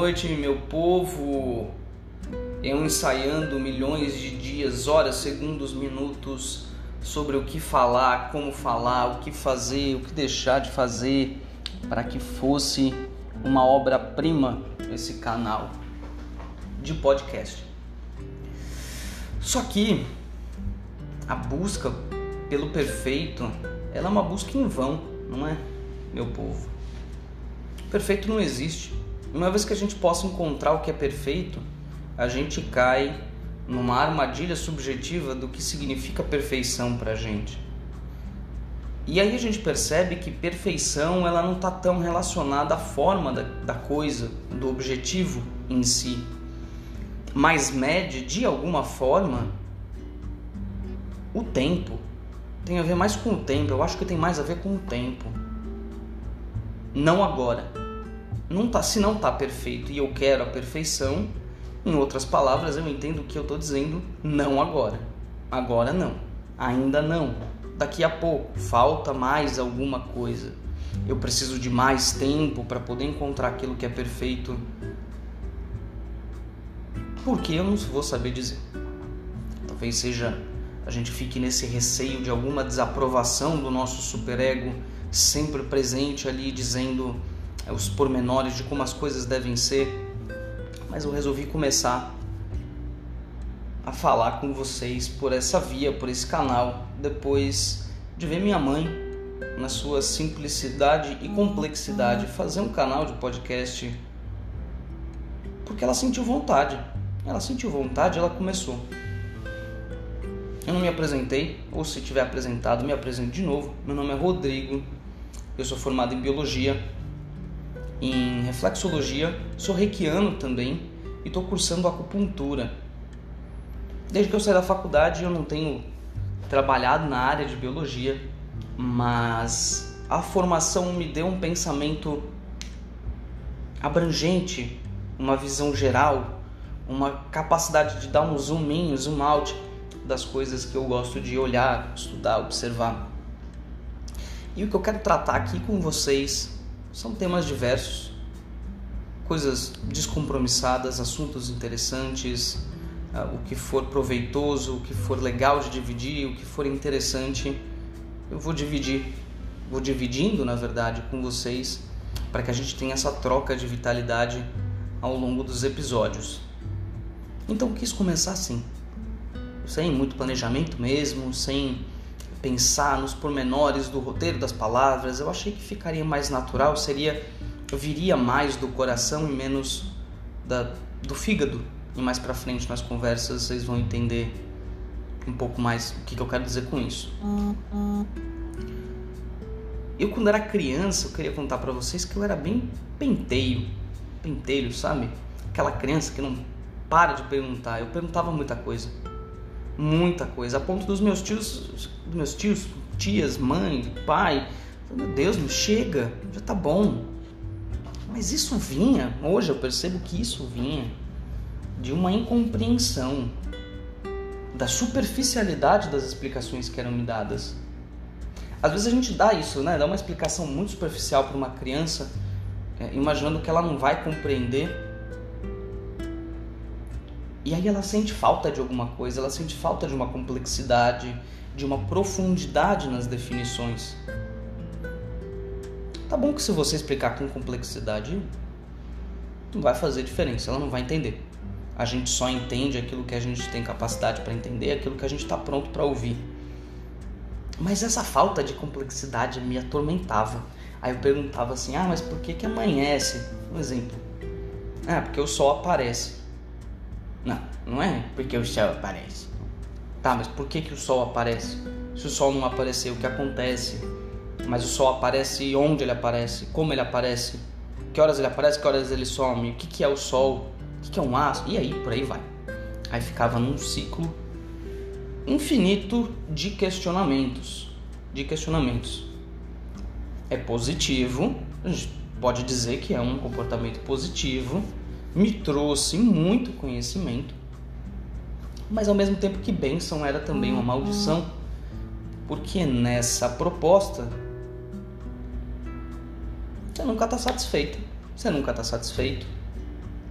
noite, meu povo. Eu ensaiando milhões de dias, horas, segundos, minutos sobre o que falar, como falar, o que fazer, o que deixar de fazer para que fosse uma obra-prima esse canal de podcast. Só que a busca pelo perfeito, ela é uma busca em vão, não é, meu povo? Perfeito não existe. Uma vez que a gente possa encontrar o que é perfeito, a gente cai numa armadilha subjetiva do que significa perfeição pra gente. E aí a gente percebe que perfeição ela não está tão relacionada à forma da coisa, do objetivo em si, mas mede de alguma forma o tempo. Tem a ver mais com o tempo, eu acho que tem mais a ver com o tempo. Não agora. Se não está perfeito e eu quero a perfeição, em outras palavras, eu entendo que eu estou dizendo não agora. Agora não. Ainda não. Daqui a pouco. Falta mais alguma coisa. Eu preciso de mais tempo para poder encontrar aquilo que é perfeito. Porque eu não vou saber dizer. Talvez seja a gente fique nesse receio de alguma desaprovação do nosso superego, sempre presente ali dizendo os pormenores de como as coisas devem ser. Mas eu resolvi começar a falar com vocês por essa via, por esse canal, depois de ver minha mãe, na sua simplicidade e complexidade, fazer um canal de podcast, porque ela sentiu vontade. Ela começou. Eu não me apresentei, ou se tiver apresentado, me apresento de novo. Meu nome é Rodrigo, eu sou formado em Biologia, em Reflexologia, sou reikiano também e estou cursando acupuntura. Desde que eu saí da faculdade eu não tenho trabalhado na área de Biologia, mas a formação me deu um pensamento abrangente, uma visão geral, uma capacidade de dar um zoom in, zoom out das coisas que eu gosto de olhar, estudar, observar. E o que eu quero tratar aqui com vocês são temas diversos, coisas descompromissadas, assuntos interessantes, o que for proveitoso, o que for legal de dividir, o que for interessante, eu vou dividindo, na verdade, com vocês, para que a gente tenha essa troca de vitalidade ao longo dos episódios. Então eu quis começar assim, sem muito planejamento mesmo, sem pensar nos pormenores do roteiro das palavras. Eu achei que ficaria mais natural, viria mais do coração e menos do fígado. E mais pra frente nas conversas vocês vão entender um pouco mais o que eu quero dizer com isso. Eu, quando era criança, eu queria contar pra vocês que eu era bem pentelho, sabe? Aquela criança que não para de perguntar. Eu perguntava muita coisa, a ponto dos meus tios, tias, mãe, pai, meu Deus, chega, já tá bom. Mas isso vinha, hoje eu percebo que isso vinha de uma incompreensão da superficialidade das explicações que eram me dadas. Às vezes a gente dá isso, né? Dá uma explicação muito superficial para uma criança, imaginando que ela não vai compreender. E aí ela sente falta de alguma coisa, ela sente falta de uma complexidade, de uma profundidade nas definições. Tá bom que se você explicar com complexidade, não vai fazer diferença, ela não vai entender. A gente só entende aquilo que a gente tem capacidade para entender, aquilo que a gente está pronto para ouvir. Mas essa falta de complexidade me atormentava. Aí eu perguntava assim, mas por que amanhece? Um exemplo. Porque o sol aparece. Não é porque o sol aparece. Tá, mas por que o sol aparece? Se o sol não aparecer, o que acontece? Mas o sol aparece onde ele aparece? Como ele aparece? Que horas ele aparece? Que horas ele some? O que é o sol? O que é um astro? E aí, por aí vai. Aí ficava num ciclo infinito de questionamentos. É positivo, a gente pode dizer que é um comportamento positivo, me trouxe muito conhecimento, mas ao mesmo tempo que bênção era também uma maldição, porque nessa proposta você nunca está satisfeito.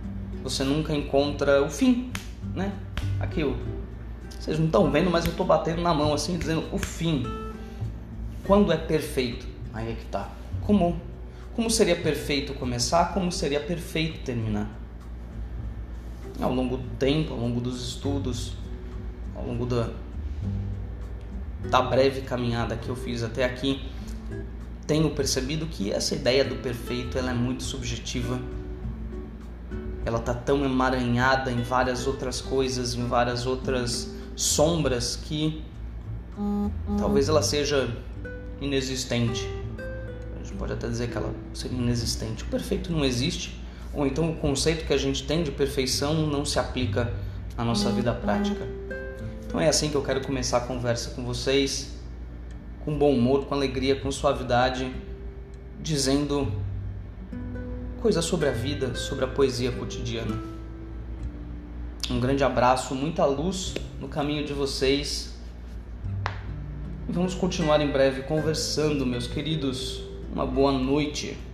você nunca encontra o fim, né? Aqui, vocês não estão vendo, mas eu estou batendo na mão assim, dizendo o fim. Quando é perfeito? Aí é que tá. Como seria perfeito começar? Como seria perfeito terminar? Ao longo do tempo, ao longo dos estudos, ao longo da breve caminhada que eu fiz até aqui, tenho percebido que essa ideia do perfeito ela é muito subjetiva. Ela está tão emaranhada em várias outras coisas, em várias outras sombras, que talvez ela seja inexistente. A gente pode até dizer que ela seria inexistente. O perfeito não existe, ou então o conceito que a gente tem de perfeição não se aplica à nossa vida prática. Então é assim que eu quero começar a conversa com vocês, com bom humor, com alegria, com suavidade, dizendo coisas sobre a vida, sobre a poesia cotidiana. Um grande abraço, muita luz no caminho de vocês. E vamos continuar em breve conversando, meus queridos. Uma boa noite.